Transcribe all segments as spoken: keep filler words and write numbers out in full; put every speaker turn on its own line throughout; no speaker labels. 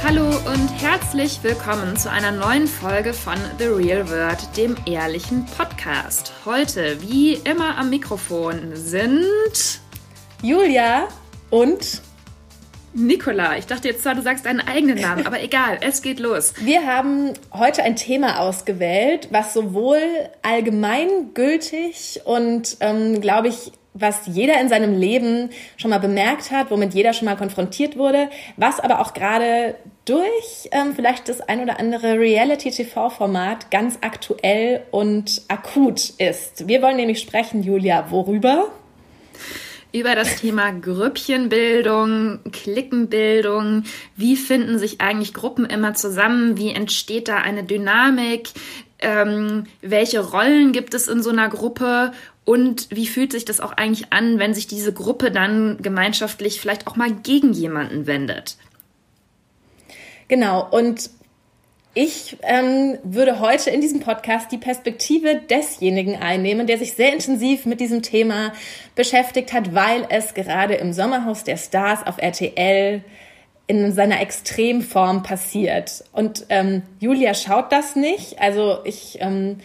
Hallo und herzlich willkommen zu einer neuen Folge von The Real Word, dem ehrlichen Podcast. Heute, wie immer am Mikrofon, sind
Julia und
Nicola. Ich dachte jetzt zwar, du sagst deinen eigenen Namen, aber egal, es geht los.
Wir haben heute ein Thema ausgewählt, was sowohl allgemeingültig und, ähm, glaube ich, was jeder in seinem Leben schon mal bemerkt hat, womit jeder schon mal konfrontiert wurde, was aber auch gerade durch ähm, vielleicht das ein oder andere Reality-T V-Format ganz aktuell und akut ist. Wir wollen nämlich sprechen, Julia, worüber?
Über das Thema Grüppchenbildung, Cliquenbildung. Wie finden sich eigentlich Gruppen immer zusammen? Wie entsteht da eine Dynamik? Ähm, welche Rollen gibt es in so einer Gruppe? Und wie fühlt sich das auch eigentlich an, wenn sich diese Gruppe dann gemeinschaftlich vielleicht auch mal gegen jemanden wendet?
Genau, und ich ähm, würde heute in diesem Podcast die Perspektive desjenigen einnehmen, der sich sehr intensiv mit diesem Thema beschäftigt hat, weil es gerade im Sommerhaus der Stars auf R T L in seiner Extremform passiert. Und ähm, Julia schaut das nicht, also ich ähm,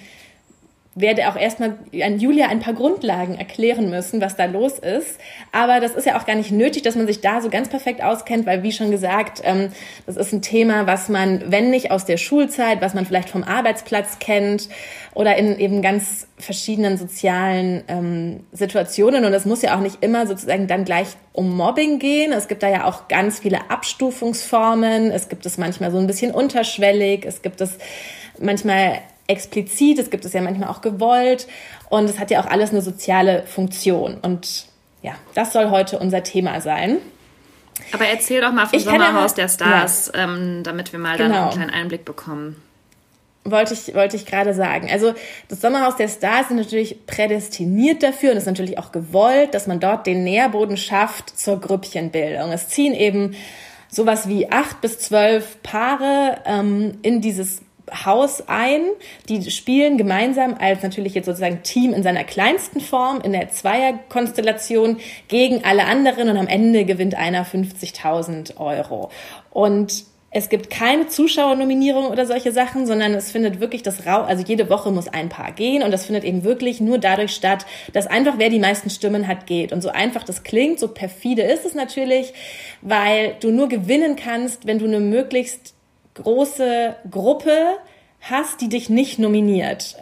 werde auch erstmal an Julia ein paar Grundlagen erklären müssen, was da los ist. Aber das ist ja auch gar nicht nötig, dass man sich da so ganz perfekt auskennt, weil, wie schon gesagt, ähm, das ist ein Thema, was man, wenn nicht aus der Schulzeit, was man vielleicht vom Arbeitsplatz kennt oder in eben ganz verschiedenen sozialen ähm, Situationen. Und es muss ja auch nicht immer sozusagen dann gleich um Mobbing gehen. Es gibt da ja auch ganz viele Abstufungsformen. Es gibt es manchmal so ein bisschen unterschwellig. Es gibt es manchmal explizit, es gibt es ja manchmal auch gewollt und es hat ja auch alles eine soziale Funktion und ja, das soll heute unser Thema sein.
Aber erzähl doch mal vom
ich
Sommerhaus
ja,
der Stars,
ja.
ähm, damit wir mal
genau.
da einen kleinen Einblick bekommen.
Wollte ich, wollte ich gerade sagen. Also das Sommerhaus der Stars ist natürlich prädestiniert dafür und ist natürlich auch gewollt, dass man dort den Nährboden schafft zur Grüppchenbildung. Es ziehen eben sowas wie acht bis zwölf Paare ähm, in dieses Haus ein, die spielen gemeinsam als natürlich jetzt sozusagen Team in seiner kleinsten Form, in der Zweierkonstellation gegen alle anderen und am Ende gewinnt einer fünfzigtausend Euro. Und es gibt keine Zuschauernominierung oder solche Sachen, sondern es findet wirklich das Rau, also jede Woche muss ein Paar gehen und das findet eben wirklich nur dadurch statt, dass einfach wer die meisten Stimmen hat, geht. Und so einfach das klingt, so perfide ist es natürlich, weil du nur gewinnen kannst, wenn du eine möglichst große Gruppe hast, die dich nicht nominiert.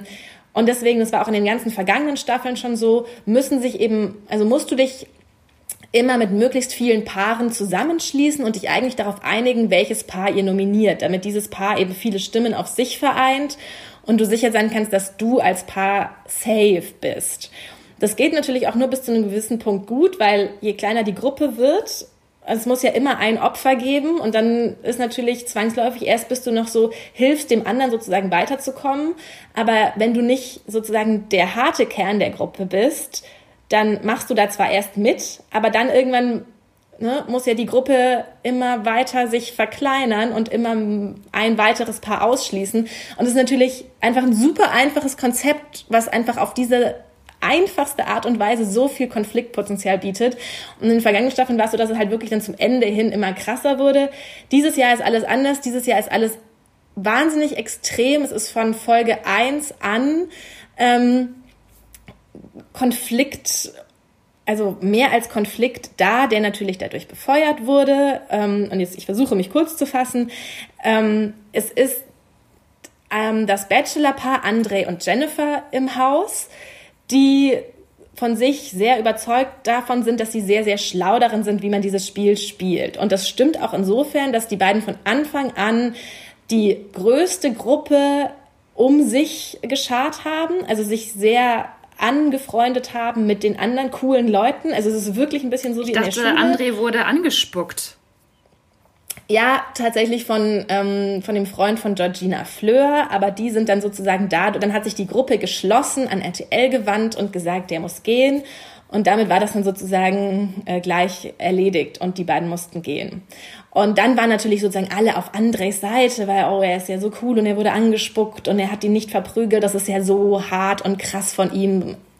Und deswegen, das war auch in den ganzen vergangenen Staffeln schon so, müssen sich eben, also musst du dich immer mit möglichst vielen Paaren zusammenschließen und dich eigentlich darauf einigen, welches Paar ihr nominiert, damit dieses Paar eben viele Stimmen auf sich vereint und du sicher sein kannst, dass du als Paar safe bist. Das geht natürlich auch nur bis zu einem gewissen Punkt gut, weil je kleiner die Gruppe wird, es muss ja immer ein Opfer geben und dann ist natürlich zwangsläufig, erst bist du noch so, hilfst dem anderen sozusagen weiterzukommen. Aber wenn du nicht sozusagen der harte Kern der Gruppe bist, dann machst du da zwar erst mit, aber dann irgendwann ne, muss ja die Gruppe immer weiter sich verkleinern und immer ein weiteres Paar ausschließen. Und es ist natürlich einfach ein super einfaches Konzept, was einfach auf diese einfachste Art und Weise so viel Konfliktpotenzial bietet. Und in den vergangenen Staffeln war es so, dass es halt wirklich dann zum Ende hin immer krasser wurde. Dieses Jahr ist alles anders. Dieses Jahr ist alles wahnsinnig extrem. Es ist von Folge eins an ähm, Konflikt, also mehr als Konflikt da, der natürlich dadurch befeuert wurde. Ähm, und jetzt, ich versuche mich kurz zu fassen. Ähm, es ist ähm, das Bachelor-Paar André und Jennifer im Haus, die von sich sehr überzeugt davon sind, dass sie sehr, sehr schlau darin sind, wie man dieses Spiel spielt. Und das stimmt auch insofern, dass die beiden von Anfang an die größte Gruppe um sich geschart haben, also sich sehr angefreundet haben mit den anderen coolen Leuten. Also es ist wirklich ein bisschen so wie
ich
in der
Schule.
Schule.
André wurde angespuckt.
Ja, tatsächlich von ähm, von dem Freund von Georgina Fleur, aber die sind dann sozusagen da, dann hat sich die Gruppe geschlossen, an R T L gewandt und gesagt, der muss gehen und damit war das dann sozusagen äh, gleich erledigt und die beiden mussten gehen. Und dann waren natürlich sozusagen alle auf Andres Seite, weil, oh, er ist ja so cool und er wurde angespuckt und er hat ihn nicht verprügelt, das ist ja so hart und krass von ihm,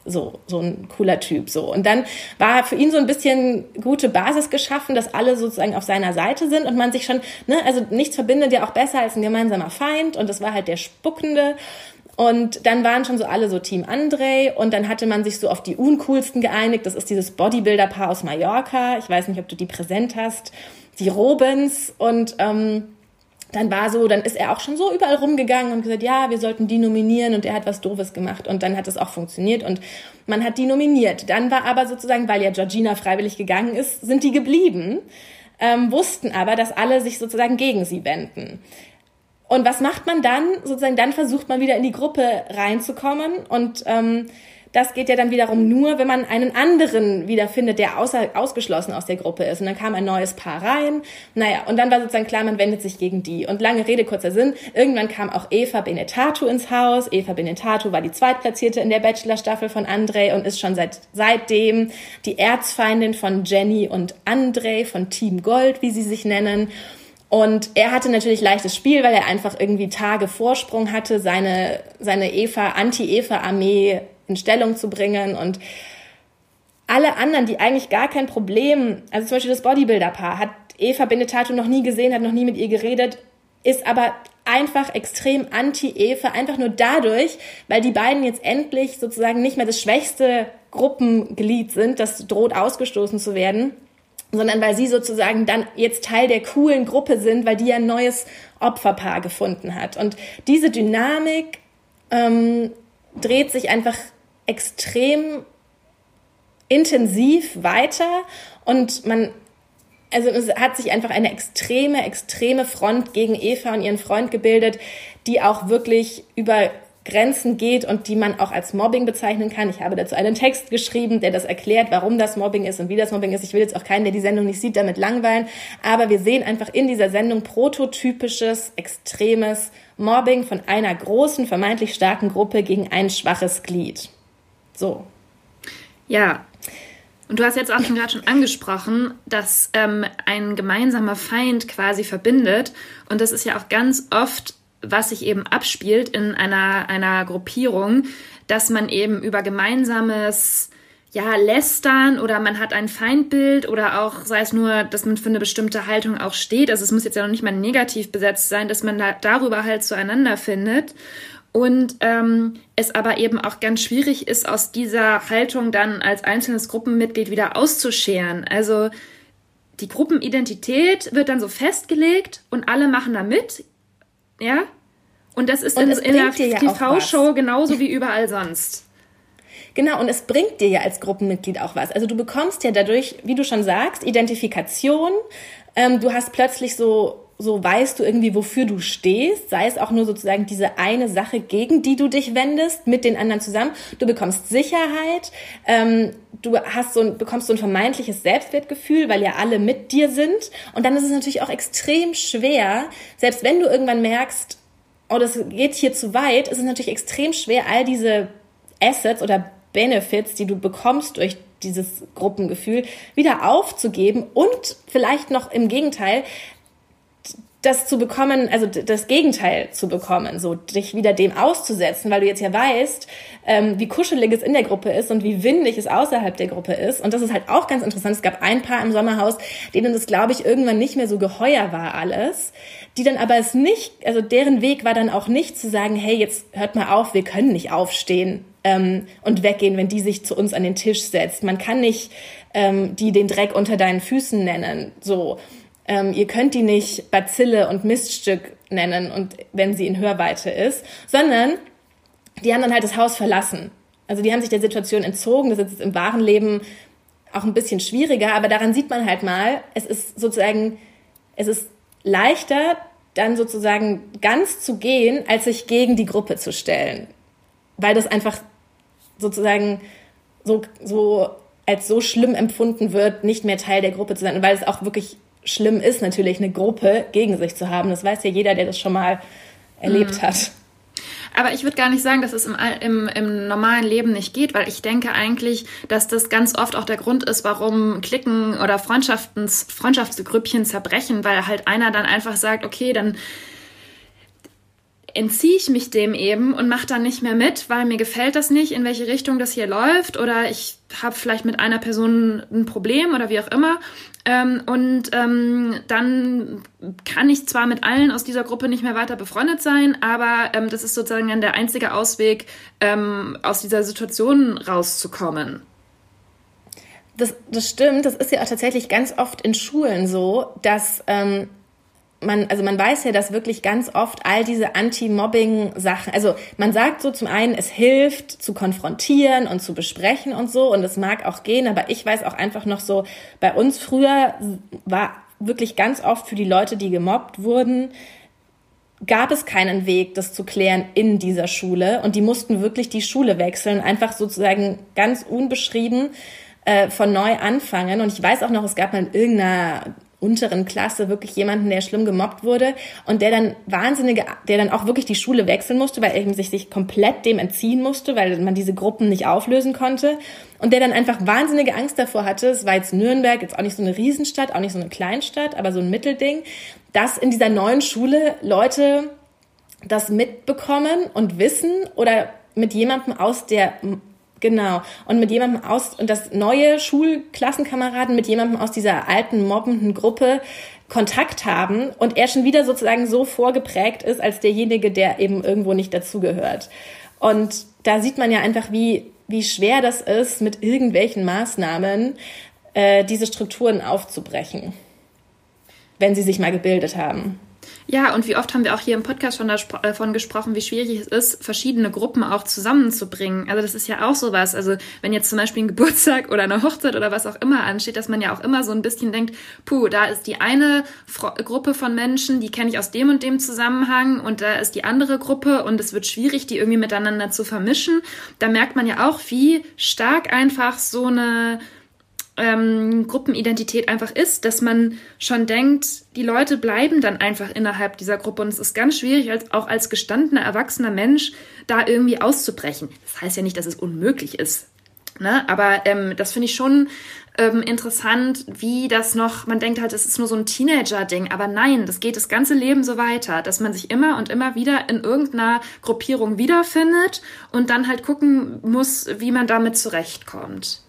so, so ein cooler Typ, so. Und dann war für ihn so ein bisschen gute Basis geschaffen, dass alle sozusagen auf seiner Seite sind und man sich schon, ne, also nichts verbindet ja auch besser als ein gemeinsamer Feind und das war halt der Spuckende. Und dann waren schon so alle so Team André und dann hatte man sich so auf die uncoolsten geeinigt. Das ist dieses Bodybuilder-Paar aus Mallorca. Ich weiß nicht, ob du die präsent hast. Die Robins und, ähm, dann war so, dann ist er auch schon so überall rumgegangen und gesagt, ja, wir sollten die nominieren und er hat was Doofes gemacht und dann hat es auch funktioniert und man hat die nominiert. Dann war aber sozusagen, weil ja Georgina freiwillig gegangen ist, sind die geblieben, ähm, wussten aber, dass alle sich sozusagen gegen sie wenden. Und was macht man dann? Sozusagen, dann versucht man wieder in die Gruppe reinzukommen und ähm, das geht ja dann wiederum nur, wenn man einen anderen wiederfindet, der außer, ausgeschlossen aus der Gruppe ist. Und dann kam ein neues Paar rein. Naja, und dann war sozusagen klar, man wendet sich gegen die. Und lange Rede, kurzer Sinn, irgendwann kam auch Eva Benetatu ins Haus. Eva Benetatu war die Zweitplatzierte in der Bachelor-Staffel von André und ist schon seit seitdem die Erzfeindin von Jenny und André, von Team Gold, wie sie sich nennen. Und er hatte natürlich leichtes Spiel, weil er einfach irgendwie Tage Vorsprung hatte, seine, seine Eva, Anti-Eva-Armee in Stellung zu bringen und alle anderen, die eigentlich gar kein Problem, also zum Beispiel das Bodybuilder-Paar, hat Eva Benetatu noch nie gesehen, hat noch nie mit ihr geredet, ist aber einfach extrem anti-Eva, einfach nur dadurch, weil die beiden jetzt endlich sozusagen nicht mehr das schwächste Gruppenglied sind, das droht ausgestoßen zu werden, sondern weil sie sozusagen dann jetzt Teil der coolen Gruppe sind, weil die ja ein neues Opferpaar gefunden hat. Und diese Dynamik ähm, dreht sich einfach extrem intensiv weiter und man, also es hat sich einfach eine extreme, extreme Front gegen Eva und ihren Freund gebildet, die auch wirklich über Grenzen geht und die man auch als Mobbing bezeichnen kann. Ich habe dazu einen Text geschrieben, der das erklärt, warum das Mobbing ist und wie das Mobbing ist. Ich will jetzt auch keinen, der die Sendung nicht sieht, damit langweilen, aber wir sehen einfach in dieser Sendung prototypisches, extremes Mobbing von einer großen, vermeintlich starken Gruppe gegen ein schwaches Glied. So.
Ja, und du hast jetzt auch schon gerade schon angesprochen, dass ähm, ein gemeinsamer Feind quasi verbindet. Und das ist ja auch ganz oft, was sich eben abspielt in einer, einer Gruppierung, dass man eben über gemeinsames ja, Lästern oder man hat ein Feindbild oder auch, sei es nur, dass man für eine bestimmte Haltung auch steht. Also es muss jetzt ja noch nicht mal negativ besetzt sein, dass man da, darüber halt zueinander findet. Und ähm, es aber eben auch ganz schwierig ist, aus dieser Haltung dann als einzelnes Gruppenmitglied wieder auszuscheren. Also die Gruppenidentität wird dann so festgelegt und alle machen da mit, ja. Und das ist
und
in, in der
ja
T V-Show genauso wie überall sonst.
Genau, und es bringt dir ja als Gruppenmitglied auch was. Also du bekommst ja dadurch, wie du schon sagst, Identifikation. Ähm, du hast plötzlich so... so weißt du irgendwie, wofür du stehst, sei es auch nur sozusagen diese eine Sache, gegen die du dich wendest, mit den anderen zusammen. Du bekommst Sicherheit, ähm, du hast so ein, bekommst so ein vermeintliches Selbstwertgefühl, weil ja alle mit dir sind. Und dann ist es natürlich auch extrem schwer, selbst wenn du irgendwann merkst, oh, das geht hier zu weit, ist es natürlich extrem schwer, all diese Assets oder Benefits, die du bekommst durch dieses Gruppengefühl, wieder aufzugeben und vielleicht noch im Gegenteil das zu bekommen, also das Gegenteil zu bekommen, so dich wieder dem auszusetzen, weil du jetzt ja weißt, ähm, wie kuschelig es in der Gruppe ist und wie windig es außerhalb der Gruppe ist. Und das ist halt auch ganz interessant. Es gab ein Paar im Sommerhaus, denen das, glaube ich, irgendwann nicht mehr so geheuer war alles, die dann aber es nicht, also deren Weg war dann auch nicht zu sagen, hey, jetzt hört mal auf, wir können nicht aufstehen ähm, und weggehen, wenn die sich zu uns an den Tisch setzt. Man kann nicht ähm, die den Dreck unter deinen Füßen nennen, so. Ähm, ihr könnt die nicht Bazille und Miststück nennen, und wenn sie in Hörweite ist, sondern die haben dann halt das Haus verlassen. Also die haben sich der Situation entzogen. Das ist jetzt im wahren Leben auch ein bisschen schwieriger, aber daran sieht man halt mal, es ist sozusagen, es ist leichter, dann sozusagen ganz zu gehen, als sich gegen die Gruppe zu stellen. Weil das einfach sozusagen so, so als so schlimm empfunden wird, nicht mehr Teil der Gruppe zu sein, und weil es auch wirklich schlimm ist, natürlich eine Gruppe gegen sich zu haben. Das weiß ja jeder, der das schon mal erlebt mhm. hat.
Aber ich würde gar nicht sagen, dass es im, im, im normalen Leben nicht geht, weil ich denke eigentlich, dass das ganz oft auch der Grund ist, warum Cliquen oder Freundschafts, Freundschaftsgrüppchen zerbrechen, weil halt einer dann einfach sagt, okay, dann entziehe ich mich dem eben und mache dann nicht mehr mit, weil mir gefällt das nicht, in welche Richtung das hier läuft, oder ich habe vielleicht mit einer Person ein Problem oder wie auch immer. Ähm, und ähm, dann kann ich zwar mit allen aus dieser Gruppe nicht mehr weiter befreundet sein, aber ähm, das ist sozusagen dann der einzige Ausweg, ähm, aus dieser Situation rauszukommen.
Das, das stimmt, das ist ja auch tatsächlich ganz oft in Schulen so, dass ähm, man, also man weiß ja, dass wirklich ganz oft all diese Anti-Mobbing-Sachen, also man sagt so zum einen, es hilft zu konfrontieren und zu besprechen und so, und es mag auch gehen, aber ich weiß auch einfach noch so, bei uns früher war wirklich ganz oft für die Leute, die gemobbt wurden, gab es keinen Weg, das zu klären in dieser Schule, und die mussten wirklich die Schule wechseln, einfach sozusagen ganz unbeschrieben äh, von neu anfangen. Und ich weiß auch noch, es gab mal in irgendeiner unteren Klasse wirklich jemanden, der schlimm gemobbt wurde und der dann wahnsinnige, der dann auch wirklich die Schule wechseln musste, weil er eben sich, sich komplett dem entziehen musste, weil man diese Gruppen nicht auflösen konnte, und der dann einfach wahnsinnige Angst davor hatte, es war jetzt Nürnberg, jetzt auch nicht so eine Riesenstadt, auch nicht so eine Kleinstadt, aber so ein Mittelding, dass in dieser neuen Schule Leute das mitbekommen und wissen oder mit jemandem aus der Genau. Und mit jemandem aus, und dass neue Schulklassenkameraden mit jemandem aus dieser alten, mobbenden Gruppe Kontakt haben und er schon wieder sozusagen so vorgeprägt ist als derjenige, der eben irgendwo nicht dazugehört. Und da sieht man ja einfach, wie, wie schwer das ist, mit irgendwelchen Maßnahmen äh, diese Strukturen aufzubrechen, wenn sie sich mal gebildet haben.
Ja, und wie oft haben wir auch hier im Podcast schon davon gesprochen, wie schwierig es ist, verschiedene Gruppen auch zusammenzubringen. Also das ist ja auch sowas. Also wenn jetzt zum Beispiel ein Geburtstag oder eine Hochzeit oder was auch immer ansteht, dass man ja auch immer so ein bisschen denkt, puh, da ist die eine Fro- Gruppe von Menschen, die kenne ich aus dem und dem Zusammenhang, und da ist die andere Gruppe, und es wird schwierig, die irgendwie miteinander zu vermischen. Da merkt man ja auch, wie stark einfach so eine Ähm, Gruppenidentität einfach ist, dass man schon denkt, die Leute bleiben dann einfach innerhalb dieser Gruppe, und es ist ganz schwierig, als, auch als gestandener, erwachsener Mensch da irgendwie auszubrechen. Das heißt ja nicht, dass es unmöglich ist, ne? Aber ähm, das finde ich schon ähm, interessant, wie das noch, man denkt halt, es ist nur so ein Teenager-Ding, aber nein, das geht das ganze Leben so weiter, dass man sich immer und immer wieder in irgendeiner Gruppierung wiederfindet und dann halt gucken muss, wie man damit zurechtkommt.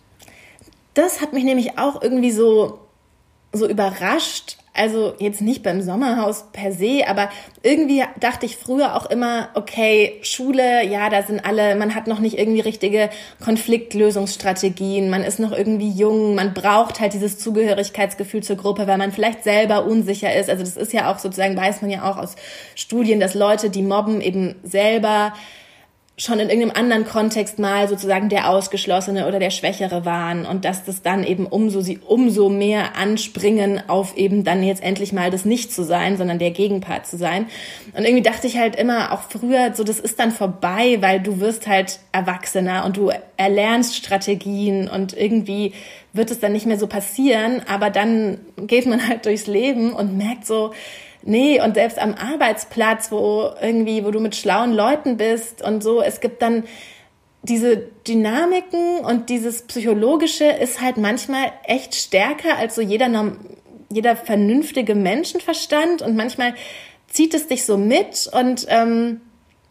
Das hat mich nämlich auch irgendwie so, so überrascht. Also jetzt nicht beim Sommerhaus per se, aber irgendwie dachte ich früher auch immer, okay, Schule, ja, da sind alle, man hat noch nicht irgendwie richtige Konfliktlösungsstrategien, man ist noch irgendwie jung, man braucht halt dieses Zugehörigkeitsgefühl zur Gruppe, weil man vielleicht selber unsicher ist. Also das ist ja auch sozusagen, weiß man ja auch aus Studien, dass Leute, die mobben, eben selber schon in irgendeinem anderen Kontext mal sozusagen der Ausgeschlossene oder der Schwächere waren, und dass das dann eben umso sie umso mehr anspringen auf eben dann jetzt endlich mal das nicht zu sein, sondern der Gegenpart zu sein. Und irgendwie dachte ich halt immer auch früher, so das ist dann vorbei, weil du wirst halt erwachsener und du erlernst Strategien und irgendwie wird es dann nicht mehr so passieren, aber dann geht man halt durchs Leben und merkt so, nee, und selbst am Arbeitsplatz, wo irgendwie, wo du mit schlauen Leuten bist und so, es gibt dann diese Dynamiken, und dieses Psychologische ist halt manchmal echt stärker als so jeder, jeder vernünftige Menschenverstand, und manchmal zieht es dich so mit, und ähm,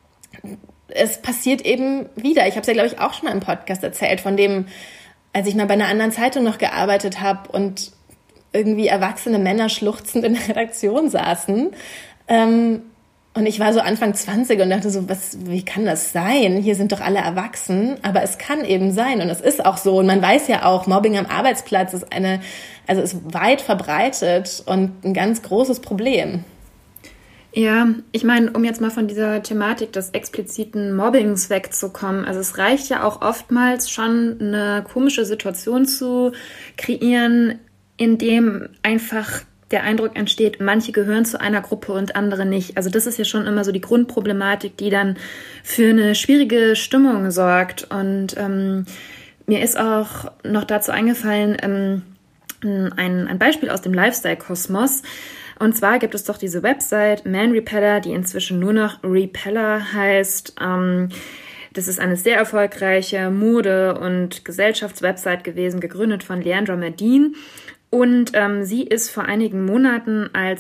es passiert eben wieder. Ich habe es ja, glaube ich, auch schon mal im Podcast erzählt, von dem, als ich mal bei einer anderen Zeitung noch gearbeitet habe und irgendwie erwachsene Männer schluchzend in der Redaktion saßen. Ähm, und ich war so Anfang zwanzig und dachte so, was, wie kann das sein? Hier sind doch alle erwachsen, aber es kann eben sein, und es ist auch so. Und man weiß ja auch, Mobbing am Arbeitsplatz ist eine, also ist weit verbreitet und ein ganz großes Problem.
Ja, ich meine, um jetzt mal von dieser Thematik des expliziten Mobbings wegzukommen, also es reicht ja auch oftmals schon, eine komische Situation zu kreieren, in dem einfach der Eindruck entsteht, manche gehören zu einer Gruppe und andere nicht. Also das ist ja schon immer so die Grundproblematik, die dann für eine schwierige Stimmung sorgt. Und ähm, mir ist auch noch dazu eingefallen, ähm, ein, ein Beispiel aus dem Lifestyle-Kosmos. Und zwar gibt es doch diese Website Man Repeller, die inzwischen nur noch Repeller heißt. Ähm, das ist eine sehr erfolgreiche Mode- und Gesellschaftswebsite gewesen, gegründet von Leandra Medin. Und ähm, sie ist vor einigen Monaten als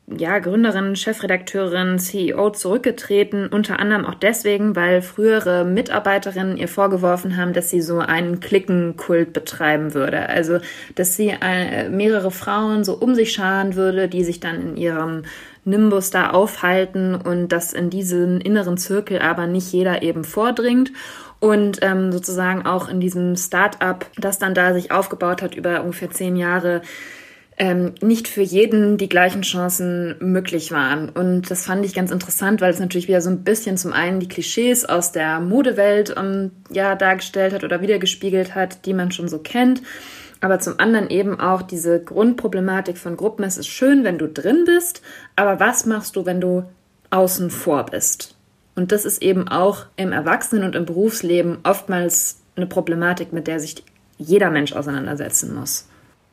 ja, Gründerin, Chefredakteurin, C E O zurückgetreten, unter anderem auch deswegen, weil frühere Mitarbeiterinnen ihr vorgeworfen haben, dass sie so einen Cliquenkult betreiben würde. Also, dass sie äh, mehrere Frauen so um sich scharen würde, die sich dann in ihrem Nimbus da aufhalten und dass in diesen inneren Zirkel aber nicht jeder eben vordringt. Und ähm, sozusagen auch in diesem Start-up, das dann da sich aufgebaut hat über ungefähr zehn Jahre, ähm, nicht für jeden die gleichen Chancen möglich waren. Und das fand ich ganz interessant, weil es natürlich wieder so ein bisschen zum einen die Klischees aus der Modewelt ähm, ja, dargestellt hat oder wiedergespiegelt hat, die man schon so kennt. Aber zum anderen eben auch diese Grundproblematik von Gruppen. Es ist schön, wenn du drin bist, aber was machst du, wenn du außen vor bist? Und das ist eben auch im Erwachsenen- und im Berufsleben oftmals eine Problematik, mit der sich jeder Mensch auseinandersetzen muss.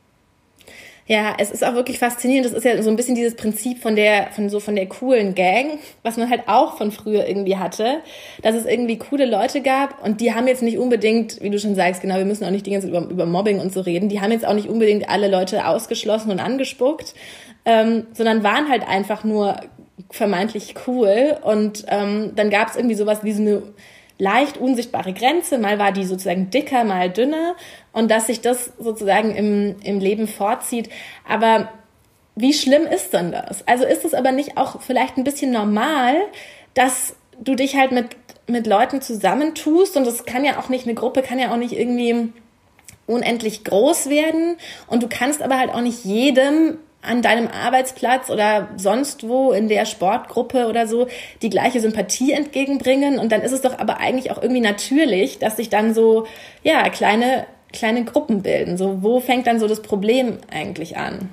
Ja, es ist auch wirklich faszinierend. Das ist ja so ein bisschen dieses Prinzip von der, von so von der coolen Gang, was man halt auch von früher irgendwie hatte, dass es irgendwie coole Leute gab und die haben jetzt nicht unbedingt, wie du schon sagst, genau, wir müssen auch nicht die ganze Zeit über, über Mobbing und so reden, die haben jetzt auch nicht unbedingt alle Leute ausgeschlossen und angespuckt, ähm, sondern waren halt einfach nur vermeintlich cool und ähm, dann gab es irgendwie sowas wie so eine leicht unsichtbare Grenze, mal war die sozusagen dicker, mal dünner und dass sich das sozusagen im, im Leben vorzieht. Aber wie schlimm ist denn das? Also ist es aber nicht auch vielleicht ein bisschen normal, dass du dich halt mit, mit Leuten zusammentust und das kann ja auch nicht, eine Gruppe kann ja auch nicht irgendwie unendlich groß werden und du kannst aber halt auch nicht jedem an deinem Arbeitsplatz oder sonst wo in der Sportgruppe oder so die gleiche Sympathie entgegenbringen. Und dann ist es doch aber eigentlich auch irgendwie natürlich, dass sich dann so, ja, kleine, kleine Gruppen bilden. So, wo fängt dann so das Problem eigentlich an?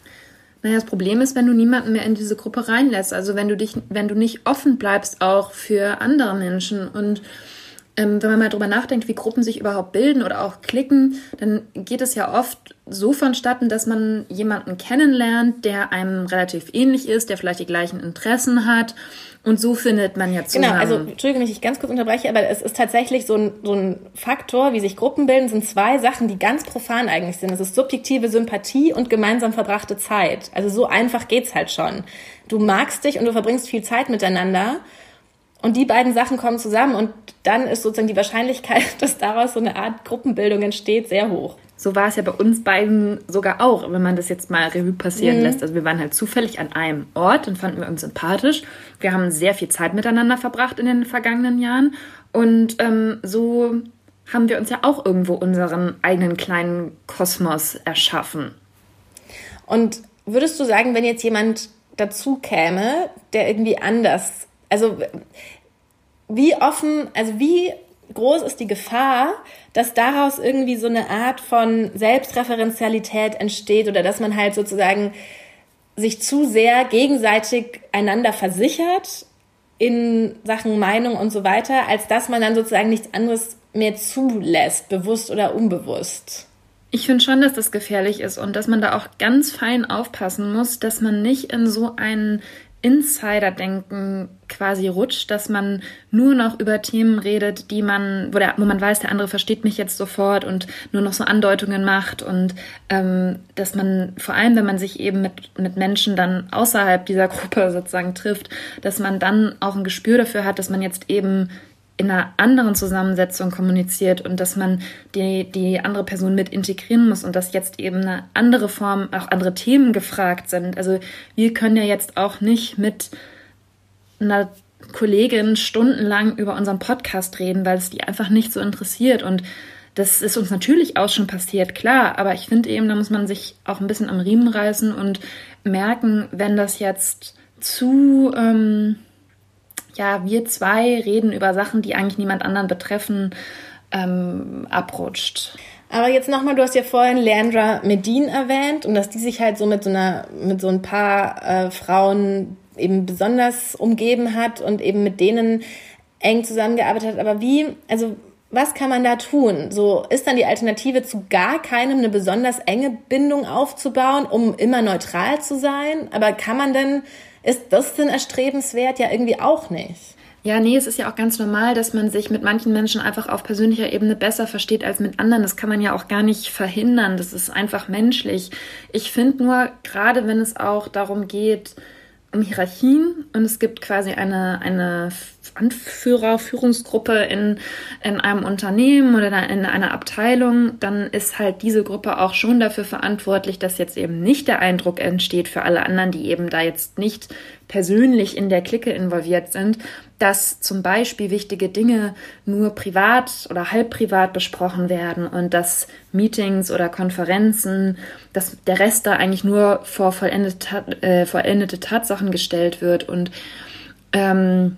Naja, das Problem ist, wenn du niemanden mehr in diese Gruppe reinlässt. Also wenn du dich, wenn du nicht offen bleibst auch für andere Menschen und Ähm, wenn man mal drüber nachdenkt, wie Gruppen sich überhaupt bilden oder auch klicken, dann geht es ja oft so vonstatten, dass man jemanden kennenlernt, der einem relativ ähnlich ist, der vielleicht die gleichen Interessen hat und so findet man ja zusammen.
Genau, also Entschuldige mich, ich ganz kurz unterbreche, aber es ist tatsächlich so ein, so ein Faktor, wie sich Gruppen bilden, sind zwei Sachen, die ganz profan eigentlich sind. Es ist subjektive Sympathie und gemeinsam verbrachte Zeit. Also so einfach geht's halt schon. Du magst dich und du verbringst viel Zeit miteinander. Und die beiden Sachen kommen zusammen und dann ist sozusagen die Wahrscheinlichkeit, dass daraus so eine Art Gruppenbildung entsteht, sehr hoch.
So war es ja bei uns beiden sogar auch, wenn man das jetzt mal Revue passieren mhm. lässt. Also wir waren halt zufällig an einem Ort und fanden wir uns sympathisch. Wir haben sehr viel Zeit miteinander verbracht in den vergangenen Jahren und ähm, so haben wir uns ja auch irgendwo unseren eigenen kleinen Kosmos erschaffen.
Und würdest du sagen, wenn jetzt jemand dazu käme, der irgendwie anders, also wie offen, also wie groß ist die Gefahr, dass daraus irgendwie so eine Art von Selbstreferenzialität entsteht oder dass man halt sozusagen sich zu sehr gegenseitig einander versichert in Sachen Meinung und so weiter, als dass man dann sozusagen nichts anderes mehr zulässt, bewusst oder unbewusst?
Ich finde schon, dass das gefährlich ist und dass man da auch ganz fein aufpassen muss, dass man nicht in so einen Insider-Denken quasi rutscht, dass man nur noch über Themen redet, die man, wo, der, wo man weiß, der andere versteht mich jetzt sofort und nur noch so Andeutungen macht und ähm, dass man, vor allem wenn man sich eben mit, mit Menschen dann außerhalb dieser Gruppe sozusagen trifft, dass man dann auch ein Gespür dafür hat, dass man jetzt eben in einer anderen Zusammensetzung kommuniziert und dass man die, die andere Person mit integrieren muss und dass jetzt eben eine andere Form, auch andere Themen gefragt sind. Also wir können ja jetzt auch nicht mit einer Kollegin stundenlang über unseren Podcast reden, weil es die einfach nicht so interessiert und das ist uns natürlich auch schon passiert, klar, aber ich finde eben, da muss man sich auch ein bisschen am Riemen reißen und merken, wenn das jetzt zu... Ähm, ja, wir zwei reden über Sachen, die eigentlich niemand anderen betreffen, ähm, abrutscht.
Aber jetzt nochmal, du hast ja vorhin Leandra Medin erwähnt und dass die sich halt so mit so einer, mit so ein paar äh, Frauen eben besonders umgeben hat und eben mit denen eng zusammengearbeitet hat. Aber wie, also was kann man da tun? So ist dann die Alternative zu gar keinem eine besonders enge Bindung aufzubauen, um immer neutral zu sein? Aber kann man denn... Ist das denn erstrebenswert? Ja, irgendwie auch nicht.
Ja, nee, es ist ja auch ganz normal, dass man sich mit manchen Menschen einfach auf persönlicher Ebene besser versteht als mit anderen. Das kann man ja auch gar nicht verhindern. Das ist einfach menschlich. Ich finde nur, gerade wenn es auch darum geht, um Hierarchien und es gibt quasi eine, eine Anführer, Führungsgruppe in, in einem Unternehmen oder in einer Abteilung, dann ist halt diese Gruppe auch schon dafür verantwortlich, dass jetzt eben nicht der Eindruck entsteht für alle anderen, die eben da jetzt nicht persönlich in der Clique involviert sind, dass zum Beispiel wichtige Dinge nur privat oder halb privat besprochen werden und dass Meetings oder Konferenzen, dass der Rest da eigentlich nur vor vollendete, äh, vollendete Tatsachen gestellt wird. Und ähm,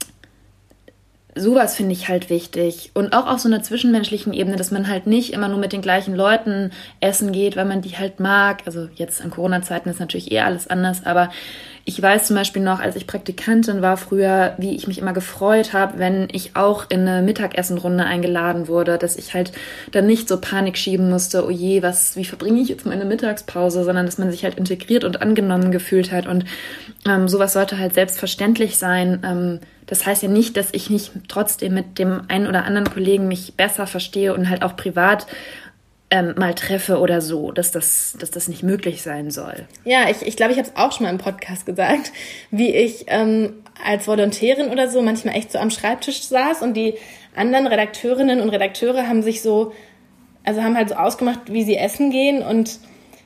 sowas finde ich halt wichtig. Und auch auf so einer zwischenmenschlichen Ebene, dass man halt nicht immer nur mit den gleichen Leuten essen geht, weil man die halt mag. Also jetzt in Corona-Zeiten ist natürlich eher alles anders, aber ich weiß zum Beispiel noch, als ich Praktikantin war früher, wie ich mich immer gefreut habe, wenn ich auch in eine Mittagessenrunde eingeladen wurde, dass ich halt dann nicht so Panik schieben musste, oh je, was, wie verbringe ich jetzt meine Mittagspause, sondern dass man sich halt integriert und angenommen gefühlt hat und ähm, sowas sollte halt selbstverständlich sein. Ähm, das heißt ja nicht, dass ich nicht trotzdem mit dem einen oder anderen Kollegen mich besser verstehe und halt auch privat Ähm, mal treffe oder so, dass das, dass das nicht möglich sein soll.
Ja, ich, ich glaube, ich habe es auch schon mal im Podcast gesagt, wie ich ähm, als Volontärin oder so manchmal echt so am Schreibtisch saß und die anderen Redakteurinnen und Redakteure haben sich so, also haben halt so ausgemacht, wie sie essen gehen und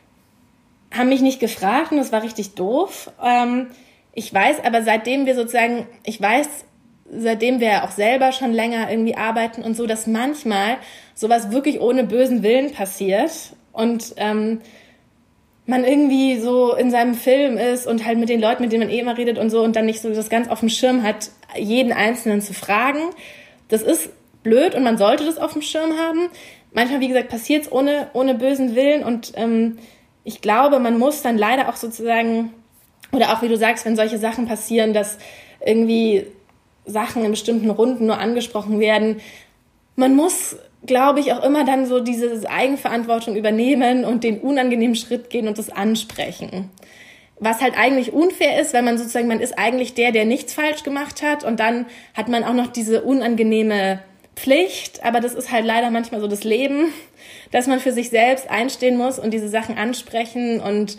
haben mich nicht gefragt und das war richtig doof. Ähm, ich weiß aber, seitdem wir sozusagen, ich weiß, seitdem wir auch selber schon länger irgendwie arbeiten und so, dass manchmal sowas wirklich ohne bösen Willen passiert und ähm, man irgendwie so in seinem Film ist und halt mit den Leuten, mit denen man eh immer redet und so und dann nicht so das ganz auf dem Schirm hat, jeden Einzelnen zu fragen. Das ist blöd und man sollte das auf dem Schirm haben. Manchmal, wie gesagt, passiert es ohne, ohne bösen Willen und ähm, ich glaube, man muss dann leider auch sozusagen, oder auch wie du sagst, wenn solche Sachen passieren, dass irgendwie Sachen in bestimmten Runden nur angesprochen werden. Man muss, glaube ich, auch immer dann so diese Eigenverantwortung übernehmen und den unangenehmen Schritt gehen und das ansprechen. Was halt eigentlich unfair ist, weil man sozusagen, man ist eigentlich der, der nichts falsch gemacht hat und dann hat man auch noch diese unangenehme Pflicht, aber das ist halt leider manchmal so das Leben, dass man für sich selbst einstehen muss und diese Sachen ansprechen und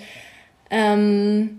ähm,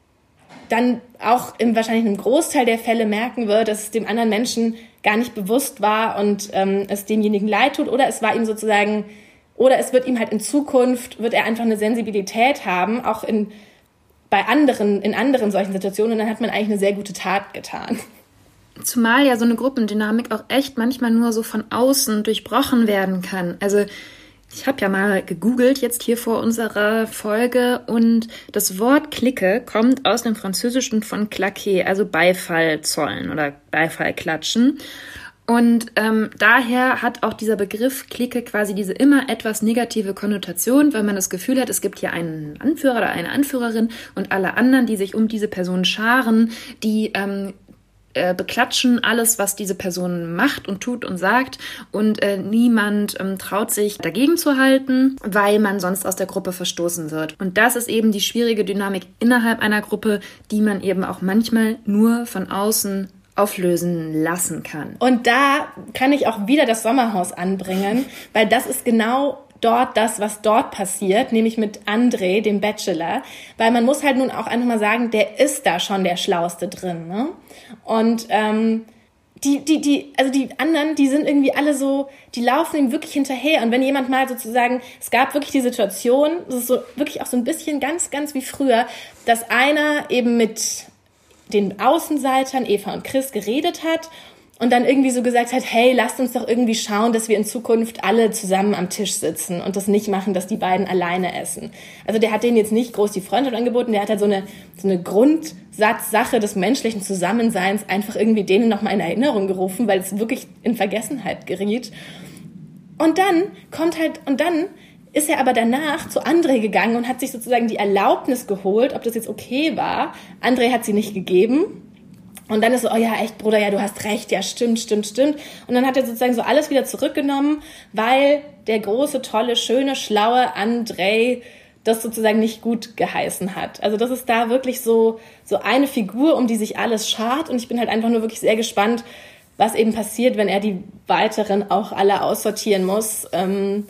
dann auch im wahrscheinlich einem Großteil der Fälle merken wird, dass es dem anderen Menschen gar nicht bewusst war und ähm, es demjenigen leid tut oder es war ihm sozusagen, oder es wird ihm halt in Zukunft, wird er einfach eine Sensibilität haben, auch in, bei anderen, in anderen solchen Situationen und dann hat man eigentlich eine sehr gute Tat getan.
Zumal ja so eine Gruppendynamik auch echt manchmal nur so von außen durchbrochen werden kann. Also ich habe ja mal gegoogelt jetzt hier vor unserer Folge und das Wort Clique kommt aus dem Französischen von claquer, also Beifall zollen oder Beifall klatschen. Und ähm, daher hat auch dieser Begriff Clique quasi diese immer etwas negative Konnotation, weil man das Gefühl hat, es gibt hier einen Anführer oder eine Anführerin und alle anderen, die sich um diese Person scharen, die ähm, beklatschen alles, was diese Person macht und tut und sagt und äh, niemand ähm, traut sich dagegen zu halten, weil man sonst aus der Gruppe verstoßen wird. Und das ist eben die schwierige Dynamik innerhalb einer Gruppe, die man eben auch manchmal nur von außen auflösen lassen kann.
Und da kann ich auch wieder das Sommerhaus anbringen, weil das ist genau dort das, was dort passiert, nämlich mit André, dem Bachelor, weil man muss halt nun auch einfach mal sagen, der ist da schon der Schlauste drin, ne? Und ähm, die, die, die, also die anderen, die sind irgendwie alle so, die laufen ihm wirklich hinterher und wenn jemand mal sozusagen, es gab wirklich die Situation, das ist so wirklich auch so ein bisschen ganz, ganz wie früher, dass einer eben mit den Außenseitern, Eva und Chris, geredet hat und dann irgendwie so gesagt hat, hey, lasst uns doch irgendwie schauen, dass wir in Zukunft alle zusammen am Tisch sitzen und das nicht machen, dass die beiden alleine essen. Also der hat denen jetzt nicht groß die Freundschaft angeboten, der hat halt so eine, so eine Grundsatzsache des menschlichen Zusammenseins einfach irgendwie denen nochmal in Erinnerung gerufen, weil es wirklich in Vergessenheit geriet. Und dann kommt halt, und dann ist er aber danach zu André gegangen und hat sich sozusagen die Erlaubnis geholt, ob das jetzt okay war. André hat sie nicht gegeben. Und dann ist so, oh ja, echt, Bruder, ja, du hast recht, ja, stimmt, stimmt, stimmt. Und dann hat er sozusagen so alles wieder zurückgenommen, weil der große, tolle, schöne, schlaue André das sozusagen nicht gut geheißen hat. Also das ist da wirklich so, so eine Figur, um die sich alles schart. Und ich bin halt einfach nur wirklich sehr gespannt, was eben passiert, wenn er die weiteren auch alle aussortieren muss. Und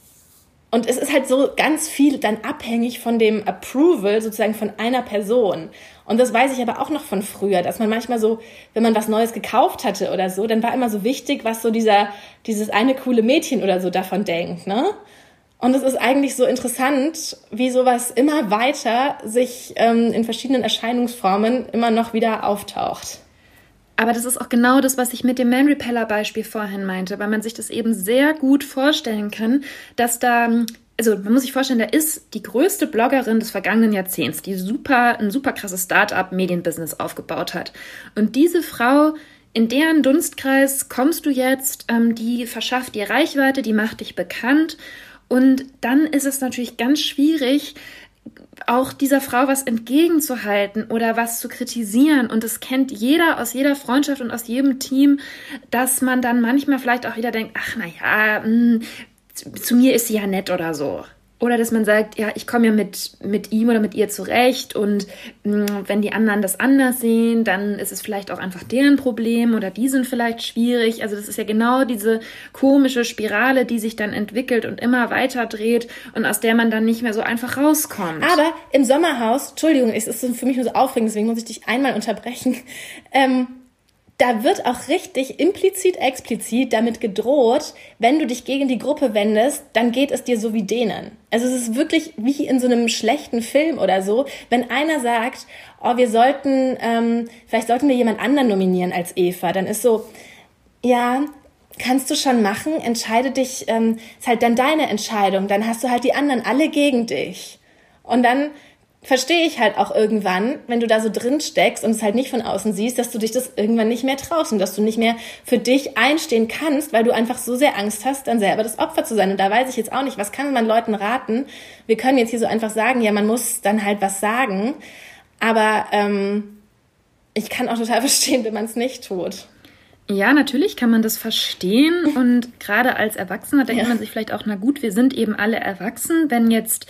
es ist halt so ganz viel dann abhängig von dem Approval sozusagen von einer Person. Und das weiß ich aber auch noch von früher, dass man manchmal so, wenn man was Neues gekauft hatte oder so, dann war immer so wichtig, was so dieser, dieses eine coole Mädchen oder so davon denkt, ne? Und es ist eigentlich so interessant, wie sowas immer weiter sich ähm, in verschiedenen Erscheinungsformen immer noch wieder auftaucht.
Aber das ist auch genau das, was ich mit dem Man Repeller Beispiel vorhin meinte, weil man sich das eben sehr gut vorstellen kann, dass da, also man muss sich vorstellen, da ist die größte Bloggerin des vergangenen Jahrzehnts, die super, ein super krasses Start-up-Medienbusiness aufgebaut hat. Und diese Frau, in deren Dunstkreis kommst du jetzt, ähm, die verschafft dir Reichweite, die macht dich bekannt. Und dann ist es natürlich ganz schwierig, auch dieser Frau was entgegenzuhalten oder was zu kritisieren. Und das kennt jeder aus jeder Freundschaft und aus jedem Team, dass man dann manchmal vielleicht auch wieder denkt, ach naja, zu mir ist sie ja nett oder so. Oder dass man sagt, ja, ich komme ja mit, mit ihm oder mit ihr zurecht und mh, wenn die anderen das anders sehen, dann ist es vielleicht auch einfach deren Problem oder die sind vielleicht schwierig. Also das ist ja genau diese komische Spirale, die sich dann entwickelt und immer weiter dreht und aus der man dann nicht mehr so einfach rauskommt.
Aber im Sommerhaus, Entschuldigung, es ist für mich nur so aufregend, deswegen muss ich dich einmal unterbrechen, ähm, da wird auch richtig implizit, explizit damit gedroht, wenn du dich gegen die Gruppe wendest, dann geht es dir so wie denen. Also es ist wirklich wie in so einem schlechten Film oder so, wenn einer sagt, oh, wir sollten, ähm, vielleicht sollten wir jemand anderen nominieren als Eva, dann ist so, ja, kannst du schon machen, entscheide dich, ähm, ist halt dann deine Entscheidung, dann hast du halt die anderen alle gegen dich. Und dann verstehe ich halt auch irgendwann, wenn du da so drin steckst und es halt nicht von außen siehst, dass du dich das irgendwann nicht mehr traust und dass du nicht mehr für dich einstehen kannst, weil du einfach so sehr Angst hast, dann selber das Opfer zu sein. Und da weiß ich jetzt auch nicht, was kann man Leuten raten? Wir können jetzt hier so einfach sagen, ja, man muss dann halt was sagen, aber ähm, ich kann auch total verstehen, wenn man es nicht tut.
Ja, natürlich kann man das verstehen und gerade als Erwachsener denkt ja. man sich vielleicht auch, na gut, wir sind eben alle erwachsen, wenn jetzt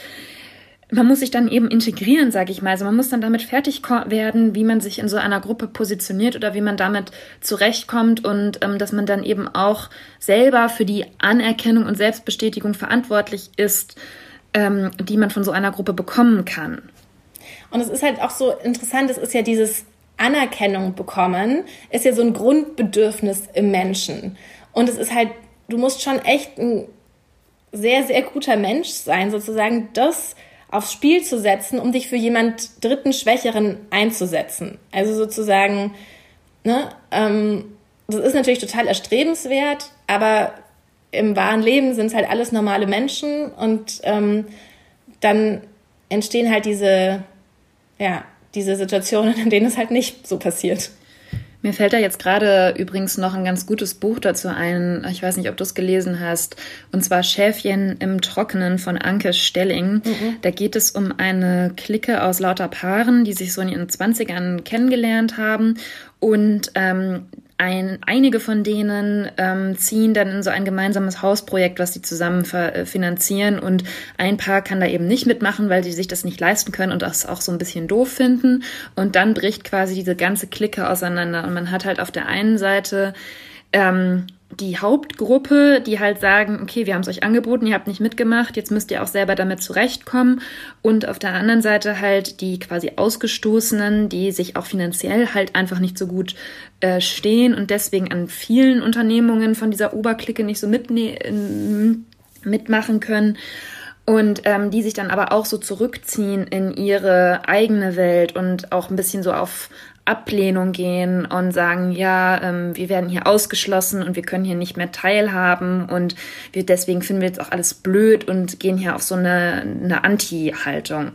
man muss sich dann eben integrieren, sage ich mal. Also man muss dann damit fertig werden, wie man sich in so einer Gruppe positioniert oder wie man damit zurechtkommt und ähm, dass man dann eben auch selber für die Anerkennung und Selbstbestätigung verantwortlich ist, ähm, die man von so einer Gruppe bekommen kann.
Und es ist halt auch so interessant, es ist ja dieses Anerkennung bekommen, ist ja so ein Grundbedürfnis im Menschen. Und es ist halt, du musst schon echt ein sehr, sehr guter Mensch sein, sozusagen das aufs Spiel zu setzen, um dich für jemand dritten, Schwächeren einzusetzen. Also sozusagen, ne, ähm, das ist natürlich total erstrebenswert, aber im wahren Leben sind es halt alles normale Menschen und ähm, dann entstehen halt diese, ja, diese Situationen, in denen es halt nicht so passiert.
Mir fällt da jetzt gerade übrigens noch ein ganz gutes Buch dazu ein. Ich weiß nicht, ob du es gelesen hast. Und zwar Schäfchen im Trockenen von Anke Stelling. Mhm. Da geht es um eine Clique aus lauter Paaren, die sich so in ihren Zwanzigern kennengelernt haben. Und ähm, ein, einige von denen ähm, ziehen dann in so ein gemeinsames Hausprojekt, was sie zusammen ver- finanzieren. Und ein Paar kann da eben nicht mitmachen, weil sie sich das nicht leisten können und das auch so ein bisschen doof finden. Und dann bricht quasi diese ganze Clique auseinander. Und man hat halt auf der einen Seite ähm, die Hauptgruppe, die halt sagen, okay, wir haben es euch angeboten, ihr habt nicht mitgemacht, jetzt müsst ihr auch selber damit zurechtkommen. Und auf der anderen Seite halt die quasi Ausgestoßenen, die sich auch finanziell halt einfach nicht so gut äh, stehen und deswegen an vielen Unternehmungen von dieser Oberklicke nicht so mitne- mitmachen können. Und ähm, die sich dann aber auch so zurückziehen in ihre eigene Welt und auch ein bisschen so auf Ablehnung gehen und sagen, ja, ähm, wir werden hier ausgeschlossen und wir können hier nicht mehr teilhaben und wir deswegen finden wir jetzt auch alles blöd und gehen hier auf so eine, eine Anti-Haltung.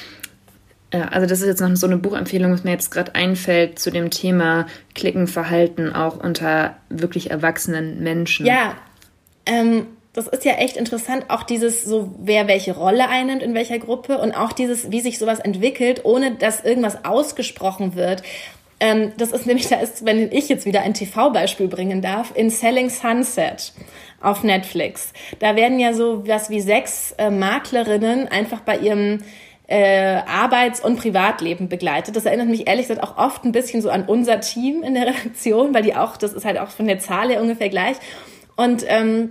Ja, also das ist jetzt noch so eine Buchempfehlung, was mir jetzt gerade einfällt zu dem Thema Klickenverhalten auch unter wirklich erwachsenen Menschen.
Ja, ähm, das ist ja echt interessant, auch dieses so, wer welche Rolle einnimmt in welcher Gruppe und auch dieses, wie sich sowas entwickelt, ohne dass irgendwas ausgesprochen wird. Ähm, das ist nämlich, da ist, wenn ich jetzt wieder ein T V-Beispiel bringen darf, in Selling Sunset auf Netflix. Da werden ja so was wie sechs äh, Maklerinnen einfach bei ihrem äh, Arbeits- und Privatleben begleitet. Das erinnert mich ehrlich gesagt auch oft ein bisschen so an unser Team in der Redaktion, weil die auch, das ist halt auch von der Zahl her ungefähr gleich. Und ähm,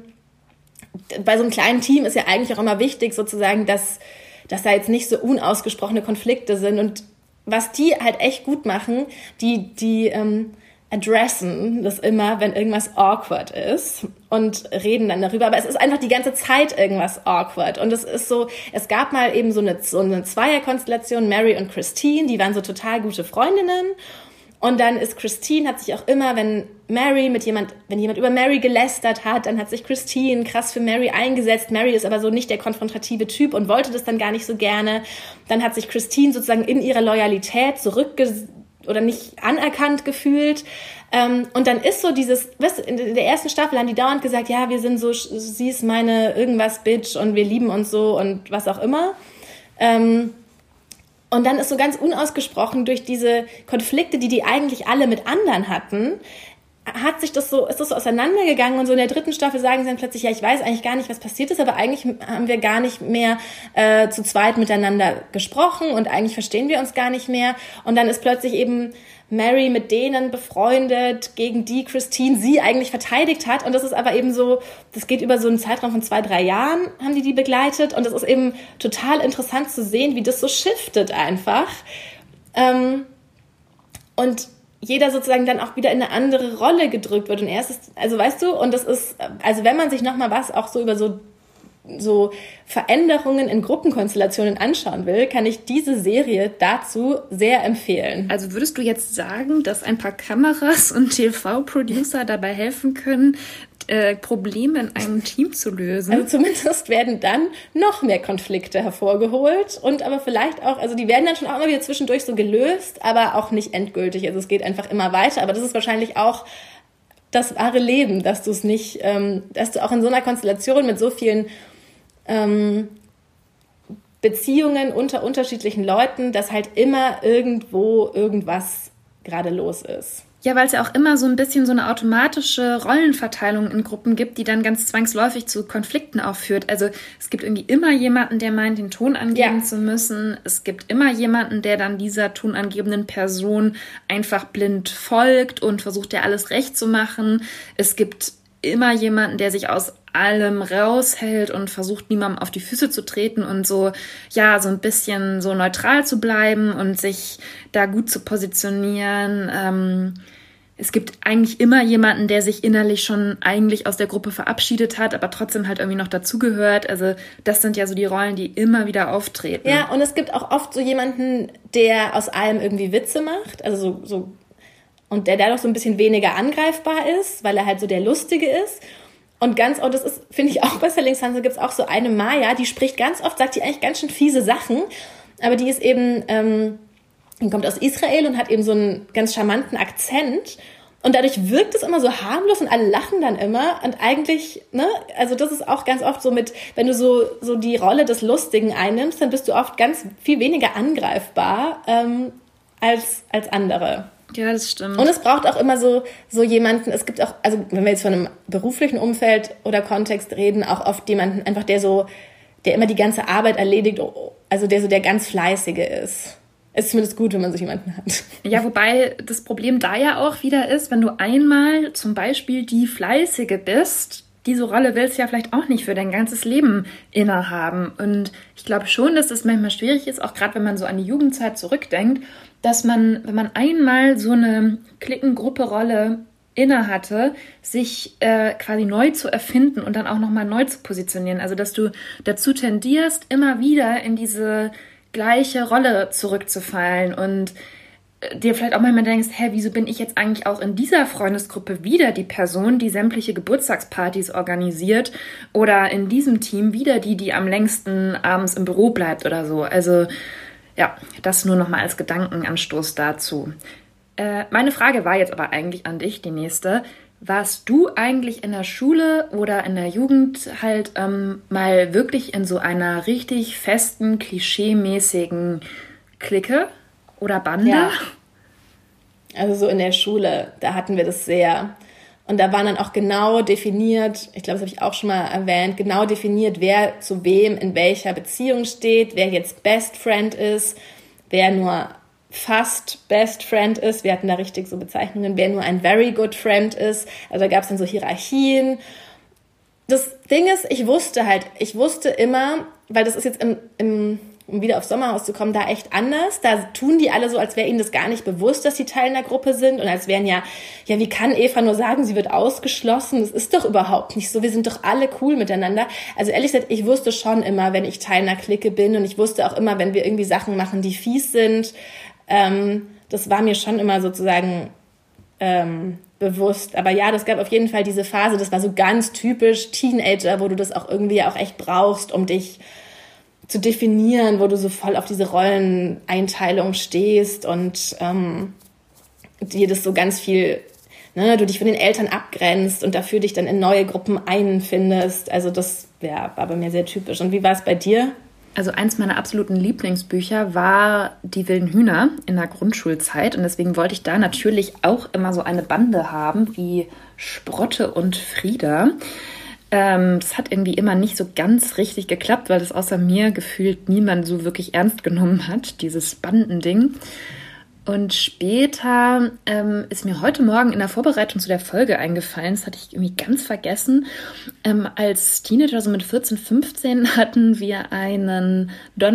bei so einem kleinen Team ist ja eigentlich auch immer wichtig sozusagen, dass, dass da jetzt nicht so unausgesprochene Konflikte sind. Und was die halt echt gut machen, die, die ähm, addressen das immer, wenn irgendwas awkward ist und reden dann darüber. Aber es ist einfach die ganze Zeit irgendwas awkward. Und es ist so, es gab mal eben so eine, so eine Zweierkonstellation, Mary und Christine, die waren so total gute Freundinnen. Und dann ist Christine, hat sich auch immer, wenn Mary mit jemand, wenn jemand über Mary gelästert hat, dann hat sich Christine krass für Mary eingesetzt. Mary ist aber so nicht der konfrontative Typ und wollte das dann gar nicht so gerne. Dann hat sich Christine sozusagen in ihrer Loyalität zurückge- oder nicht anerkannt gefühlt. Ähm, und dann ist so dieses, weißt du, in der ersten Staffel haben die dauernd gesagt, ja, wir sind so, sie ist meine irgendwas Bitch und wir lieben uns so und was auch immer. Ähm, Und dann ist so ganz unausgesprochen durch diese Konflikte, die die eigentlich alle mit anderen hatten, hat sich das so, ist das so auseinandergegangen und so in der dritten Staffel sagen sie dann plötzlich, ja, ich weiß eigentlich gar nicht, was passiert ist, aber eigentlich haben wir gar nicht mehr äh, zu zweit miteinander gesprochen und eigentlich verstehen wir uns gar nicht mehr. Und dann ist plötzlich eben Mary mit denen befreundet, gegen die Christine sie eigentlich verteidigt hat. Und das ist aber eben so, das geht über so einen Zeitraum von zwei, drei Jahren, haben die die begleitet. Und das ist eben total interessant zu sehen, wie das so shiftet einfach. Ähm, und jeder sozusagen dann auch wieder in eine andere Rolle gedrückt wird. Und erst ist, also weißt du, und das ist, also wenn man sich nochmal was auch so über so so Veränderungen in Gruppenkonstellationen anschauen will, kann ich diese Serie dazu sehr empfehlen.
Also würdest du jetzt sagen, dass ein paar Kameras und T V-Producer dabei helfen können, äh, Probleme in einem Team zu lösen?
Also zumindest werden dann noch mehr Konflikte hervorgeholt und aber vielleicht auch, also die werden dann schon auch immer wieder zwischendurch so gelöst, aber auch nicht endgültig. Also es geht einfach immer weiter, aber das ist wahrscheinlich auch das wahre Leben, dass du es nicht, ähm, dass du auch in so einer Konstellation mit so vielen ähm, Beziehungen unter unterschiedlichen Leuten, dass halt immer irgendwo irgendwas gerade los ist.
Ja, weil es ja auch immer so ein bisschen so eine automatische Rollenverteilung in Gruppen gibt, die dann ganz zwangsläufig zu Konflikten auch führt. Also es gibt irgendwie immer jemanden, der meint, den Ton angeben ja. zu müssen. Es gibt immer jemanden, der dann dieser tonangebenden Person einfach blind folgt und versucht, der alles recht zu machen. Es gibt immer jemanden, der sich aus allem raushält und versucht, niemandem auf die Füße zu treten und so, ja, so ein bisschen so neutral zu bleiben und sich da gut zu positionieren. Ähm, es gibt eigentlich immer jemanden, der sich innerlich schon eigentlich aus der Gruppe verabschiedet hat, aber trotzdem halt irgendwie noch dazugehört. Also das sind ja so die Rollen, die immer wieder auftreten.
Ja, und es gibt auch oft so jemanden, der aus allem irgendwie Witze macht, also so, so und der dadurch so ein bisschen weniger angreifbar ist, weil er halt so der Lustige ist. Und ganz oft, das ist, finde ich auch bei Selling Sunset, gibt es auch so eine Maya, die spricht ganz oft, sagt die eigentlich ganz schön fiese Sachen, aber die ist eben, ähm, die kommt aus Israel und hat eben so einen ganz charmanten Akzent und dadurch wirkt es immer so harmlos und alle lachen dann immer und eigentlich, ne, also das ist auch ganz oft so mit, wenn du so, so die Rolle des Lustigen einnimmst, dann bist du oft ganz viel weniger angreifbar ähm, als, als andere.
Ja, das stimmt.
Und es braucht auch immer so, so jemanden, es gibt auch, also wenn wir jetzt von einem beruflichen Umfeld oder Kontext reden, auch oft jemanden einfach, der so, der immer die ganze Arbeit erledigt, also der so der ganz Fleißige ist. Es ist zumindest gut, wenn man so jemanden hat.
Ja, wobei das Problem da ja auch wieder ist, wenn du einmal zum Beispiel die Fleißige bist, diese Rolle willst du ja vielleicht auch nicht für dein ganzes Leben innehaben. Und ich glaube schon, dass das manchmal schwierig ist, auch gerade wenn man so an die Jugendzeit zurückdenkt, dass man, wenn man einmal so eine Klickengruppe-Rolle inne hatte, sich äh, quasi neu zu erfinden und dann auch nochmal neu zu positionieren. Also dass du dazu tendierst, immer wieder in diese gleiche Rolle zurückzufallen und dir vielleicht auch manchmal denkst, hä, wieso bin ich jetzt eigentlich auch in dieser Freundesgruppe wieder die Person, die sämtliche Geburtstagspartys organisiert oder in diesem Team wieder die, die am längsten abends im Büro bleibt oder so. Also ja, das nur nochmal als Gedankenanstoß dazu. Äh, meine Frage war jetzt aber eigentlich an dich, die nächste. Warst du eigentlich in der Schule oder in der Jugend halt ähm, mal wirklich in so einer richtig festen, klischeemäßigen Clique oder Bande?
Ja. Also so in der Schule, da hatten wir das sehr. Und da waren dann auch genau definiert, ich glaube, das habe ich auch schon mal erwähnt, genau definiert, wer zu wem in welcher Beziehung steht, wer jetzt Best Friend ist, wer nur fast Best Friend ist. Wir hatten da richtig so Bezeichnungen, wer nur ein Very Good Friend ist. Also da gab es dann so Hierarchien. Das Ding ist, ich wusste halt, ich wusste immer, weil das ist jetzt im, im um wieder aufs Sommerhaus zu kommen, da echt anders. Da tun die alle so, als wäre ihnen das gar nicht bewusst, dass sie Teil einer Gruppe sind und als wären ja, ja, wie kann Eva nur sagen, sie wird ausgeschlossen? Das ist doch überhaupt nicht so. Wir sind doch alle cool miteinander. Also ehrlich gesagt, ich wusste schon immer, wenn ich Teil einer Clique bin und ich wusste auch immer, wenn wir irgendwie Sachen machen, die fies sind. Ähm, das war mir schon immer sozusagen ähm, bewusst. Aber ja, das gab auf jeden Fall diese Phase, das war so ganz typisch Teenager, wo du das auch irgendwie auch echt brauchst, um dich zu definieren, wo du so voll auf diese Rolleneinteilung stehst und ähm, dir das so ganz viel, ne, du dich von den Eltern abgrenzt und dafür dich dann in neue Gruppen einfindest. Also das ja, war bei mir sehr typisch. Und wie war es bei dir?
Also eins meiner absoluten Lieblingsbücher war Die wilden Hühner in der Grundschulzeit und deswegen wollte ich da natürlich auch immer so eine Bande haben wie Sprotte und Frieda. Das hat irgendwie immer nicht so ganz richtig geklappt, weil das außer mir gefühlt niemand so wirklich ernst genommen hat, dieses Bandending. Und später ähm, ist mir heute Morgen in der Vorbereitung zu der Folge eingefallen, das hatte ich irgendwie ganz vergessen. Ähm, als Teenager, so mit vierzehn, fünfzehn, hatten wir einen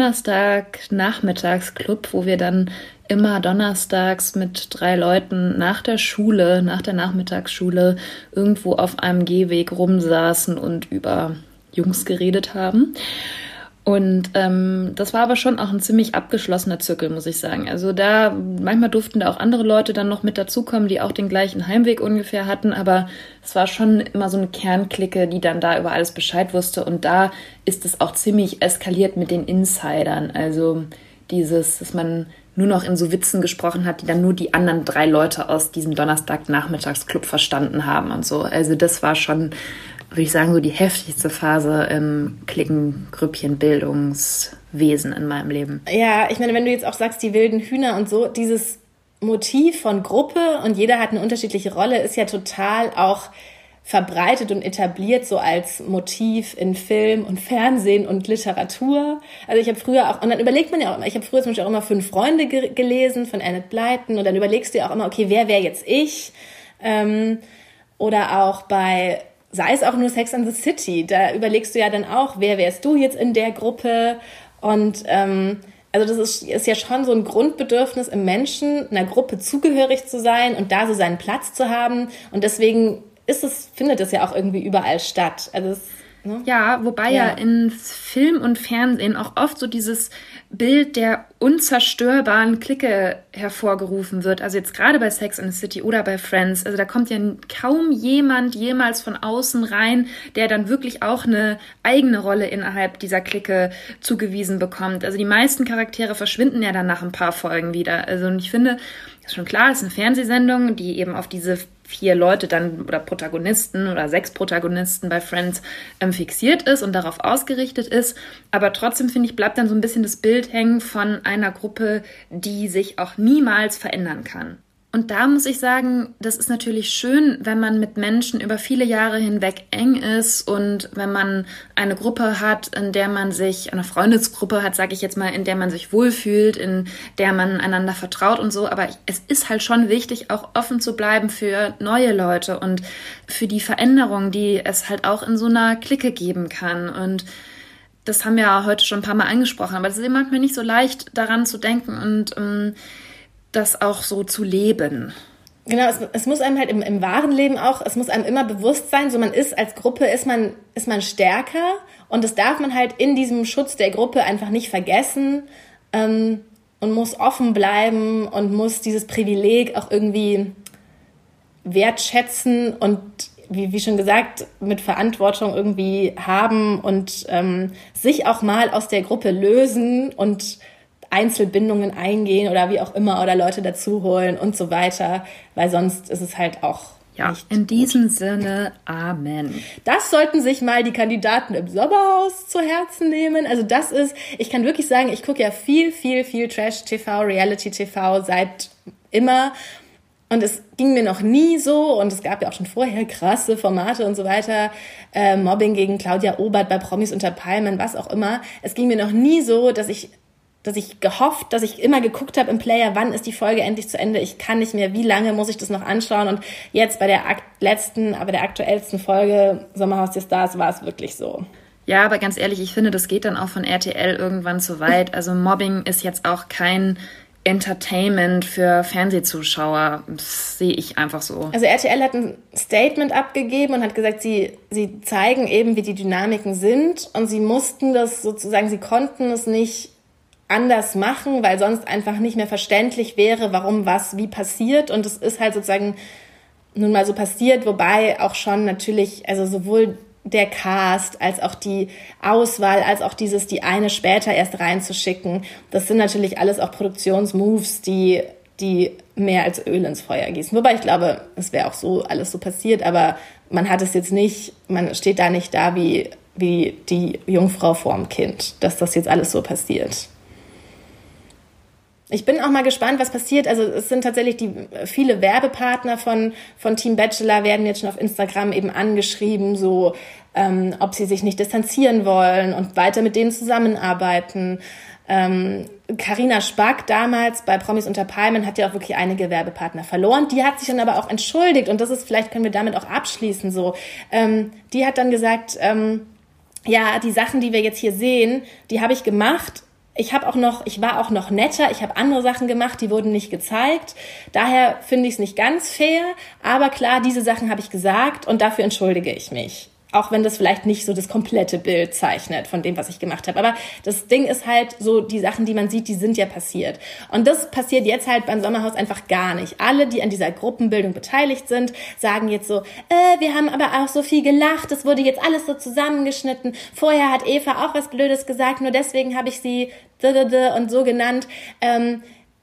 Donnerstag-Nachmittagsclub, wo wir dann immer donnerstags mit drei Leuten nach der Schule, nach der Nachmittagsschule, irgendwo auf einem Gehweg rumsaßen und über Jungs geredet haben. Und ähm, das war aber schon auch ein ziemlich abgeschlossener Zirkel, muss ich sagen. Also da, manchmal durften da auch andere Leute dann noch mit dazukommen, die auch den gleichen Heimweg ungefähr hatten, aber es war schon immer so eine Kernklicke, die dann da über alles Bescheid wusste. Und da ist es auch ziemlich eskaliert mit den Insidern. Also dieses, dass man nur noch in so Witzen gesprochen hat, die dann nur die anderen drei Leute aus diesem Donnerstag-Nachmittagsclub verstanden haben und so. Also das war schon, würde ich sagen, so die heftigste Phase im Klicken-Grüppchen-Bildungswesen in meinem Leben.
Ja, ich meine, wenn du jetzt auch sagst, die wilden Hühner und so, dieses Motiv von Gruppe und jeder hat eine unterschiedliche Rolle, ist ja total auch verbreitet und etabliert so als Motiv in Film und Fernsehen und Literatur. Also ich habe früher auch, und dann überlegt man ja auch immer, ich habe früher zum Beispiel auch immer Fünf Freunde ge- gelesen von Annette Blyton und dann überlegst du ja auch immer, okay, wer wäre jetzt ich? Ähm, oder auch bei, sei es auch nur Sex and the City, da überlegst du ja dann auch, wer wärst du jetzt in der Gruppe? Und ähm, also das ist, ist ja schon so ein Grundbedürfnis im Menschen, einer Gruppe zugehörig zu sein und da so seinen Platz zu haben und deswegen ist es, findet es ja auch irgendwie überall statt. Also es, ne?
Ja, wobei ja. ja in Film und Fernsehen auch oft so dieses Bild der unzerstörbaren Clique hervorgerufen wird. Also jetzt gerade bei Sex and the City oder bei Friends. Also da kommt ja kaum jemand jemals von außen rein, der dann wirklich auch eine eigene Rolle innerhalb dieser Clique zugewiesen bekommt. Also die meisten Charaktere verschwinden ja dann nach ein paar Folgen wieder. Also und ich finde, das ist schon klar, es ist eine Fernsehsendung, die eben auf diese vier Leute dann oder Protagonisten oder sechs Protagonisten bei Friends ähm, fixiert ist und darauf ausgerichtet ist. Aber trotzdem, finde ich, bleibt dann so ein bisschen das Bild hängen von einer Gruppe, die sich auch niemals verändern kann. Und da muss ich sagen, das ist natürlich schön, wenn man mit Menschen über viele Jahre hinweg eng ist und wenn man eine Gruppe hat, in der man sich, eine Freundesgruppe hat, sage ich jetzt mal, in der man sich wohlfühlt, in der man einander vertraut und so. Aber es ist halt schon wichtig, auch offen zu bleiben für neue Leute und für die Veränderung, die es halt auch in so einer Clique geben kann. Und das haben wir ja heute schon ein paar Mal angesprochen, aber es ist manchmal nicht so leicht, daran zu denken und ähm, das auch so zu leben.
Genau, es, es muss einem halt im, im wahren Leben auch, es muss einem immer bewusst sein, so man ist als Gruppe, ist man, ist man stärker und das darf man halt in diesem Schutz der Gruppe einfach nicht vergessen ähm, und muss offen bleiben und muss dieses Privileg auch irgendwie wertschätzen und wie, wie schon gesagt, mit Verantwortung irgendwie haben und ähm, sich auch mal aus der Gruppe lösen und Einzelbindungen eingehen oder wie auch immer oder Leute dazu holen und so weiter, weil sonst ist es halt auch
ja,
nicht
in
gut.
diesem Sinne, Amen.
Das sollten sich mal die Kandidaten im Sommerhaus zu Herzen nehmen. Also das ist, ich kann wirklich sagen, ich gucke ja viel, viel, viel Trash-T V, Reality-T V seit immer Und es ging mir noch nie so, und es gab ja auch schon vorher krasse Formate und so weiter, äh, Mobbing gegen Claudia Obert bei Promis unter Palmen, was auch immer. Es ging mir noch nie so, dass ich, dass ich gehofft, dass ich immer geguckt habe im Player, wann ist die Folge endlich zu Ende, ich kann nicht mehr, wie lange muss ich das noch anschauen? Und jetzt bei der akt- letzten, aber der aktuellsten Folge Sommerhaus der Stars war es wirklich so.
Ja, aber ganz ehrlich, ich finde, das geht dann auch von R T L irgendwann zu weit. Also Mobbing ist jetzt auch kein Entertainment für Fernsehzuschauer. Das sehe ich einfach so.
Also R T L hat ein Statement abgegeben und hat gesagt, sie, sie zeigen eben, wie die Dynamiken sind, und sie mussten das sozusagen, sie konnten es nicht anders machen, weil sonst einfach nicht mehr verständlich wäre, warum was wie passiert, und es ist halt sozusagen nun mal so passiert, wobei auch schon natürlich, also sowohl der Cast, als auch die Auswahl, als auch dieses, die eine später erst reinzuschicken. Das sind natürlich alles auch Produktionsmoves, die, die mehr als Öl ins Feuer gießen. Wobei ich glaube, es wäre auch so alles so passiert, aber man hat es jetzt nicht, man steht da nicht da wie, wie die Jungfrau vorm Kind, dass das jetzt alles so passiert. Ich bin auch mal gespannt, was passiert. Also es sind tatsächlich die viele Werbepartner von von Team Bachelor werden jetzt schon auf Instagram eben angeschrieben, so ähm, ob sie sich nicht distanzieren wollen und weiter mit denen zusammenarbeiten. Ähm, Carina Spack damals bei Promis unter Palmen hat ja auch wirklich einige Werbepartner verloren. Die hat sich dann aber auch entschuldigt, und das ist, vielleicht können wir damit auch abschließen. So, ähm, die hat dann gesagt, ähm, ja, die Sachen, die wir jetzt hier sehen, die habe ich gemacht. Ich habe auch noch, ich war auch noch netter, ich habe andere Sachen gemacht, die wurden nicht gezeigt. Daher finde ich es nicht ganz fair, aber klar, diese Sachen habe ich gesagt und dafür entschuldige ich mich. Auch wenn das vielleicht nicht so das komplette Bild zeichnet von dem, was ich gemacht habe. Aber das Ding ist halt so, die Sachen, die man sieht, die sind ja passiert. Und das passiert jetzt halt beim Sommerhaus einfach gar nicht. Alle, die an dieser Gruppenbildung beteiligt sind, sagen jetzt so, äh, wir haben aber auch so viel gelacht, es wurde jetzt alles so zusammengeschnitten. Vorher hat Eva auch was Blödes gesagt, nur deswegen habe ich sie und so genannt. Ähm,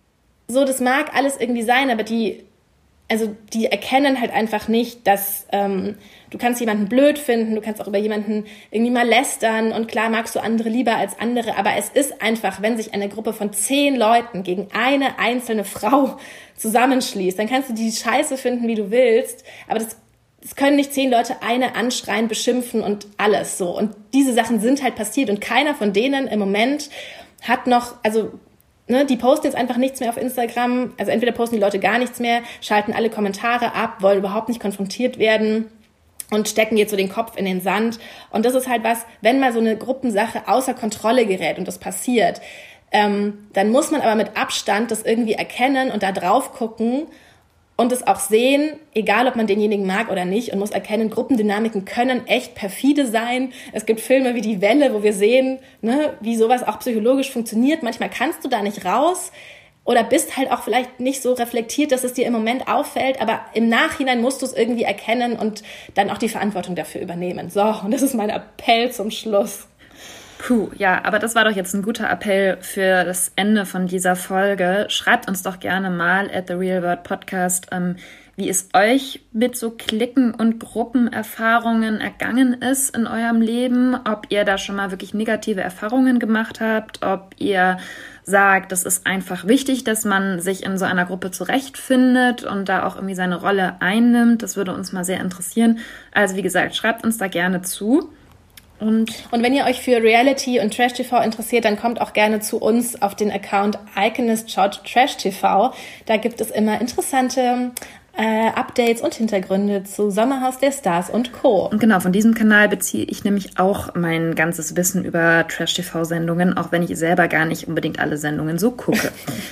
so, das mag alles irgendwie sein, aber die, also die erkennen halt einfach nicht, dass ähm, du kannst jemanden blöd finden, du kannst auch über jemanden irgendwie mal lästern, und klar magst du andere lieber als andere, aber es ist einfach, wenn sich eine Gruppe von zehn Leuten gegen eine einzelne Frau zusammenschließt, dann kannst du die Scheiße finden, wie du willst, aber das Es können nicht zehn Leute eine anschreien, beschimpfen und alles so. Und diese Sachen sind halt passiert, und keiner von denen im Moment hat noch, also ne, die posten jetzt einfach nichts mehr auf Instagram. Also entweder posten die Leute gar nichts mehr, schalten alle Kommentare ab, wollen überhaupt nicht konfrontiert werden und stecken jetzt so den Kopf in den Sand. Und das ist halt was, wenn mal so eine Gruppensache außer Kontrolle gerät und das passiert, ähm, dann muss man aber mit Abstand das irgendwie erkennen und da drauf gucken und es auch sehen, egal ob man denjenigen mag oder nicht, und muss erkennen, Gruppendynamiken können echt perfide sein. Es gibt Filme wie Die Welle, wo wir sehen, ne, wie sowas auch psychologisch funktioniert. Manchmal kannst du da nicht raus oder bist halt auch vielleicht nicht so reflektiert, dass es dir im Moment auffällt, aber im Nachhinein musst du es irgendwie erkennen und dann auch die Verantwortung dafür übernehmen. So, und das ist mein Appell zum Schluss.
Puh, ja, aber das war doch jetzt ein guter Appell für das Ende von dieser Folge. Schreibt uns doch gerne mal at The Real World Podcast, ähm, wie es euch mit so Klicken- und Gruppenerfahrungen ergangen ist in eurem Leben, ob ihr da schon mal wirklich negative Erfahrungen gemacht habt, ob ihr sagt, das ist einfach wichtig, dass man sich in so einer Gruppe zurechtfindet und da auch irgendwie seine Rolle einnimmt. Das würde uns mal sehr interessieren. Also wie gesagt, schreibt uns da gerne zu. Und,
und wenn ihr euch für Reality und Trash-T V interessiert, dann kommt auch gerne zu uns auf den Account Iconist Schaut Trash-T V. Da gibt es immer interessante äh, Updates und Hintergründe zu Sommerhaus der Stars und Co.
Und genau, von diesem Kanal beziehe ich nämlich auch mein ganzes Wissen über Trash-T V-Sendungen, auch wenn ich selber gar nicht unbedingt alle Sendungen so gucke.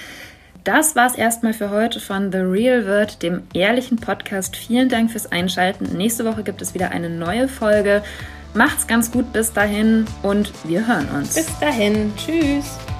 Das war's erstmal für heute von The Real World, dem ehrlichen Podcast. Vielen Dank fürs Einschalten. Nächste Woche gibt es wieder eine neue Folge. Macht's ganz gut bis dahin und wir hören uns.
Bis dahin. Tschüss.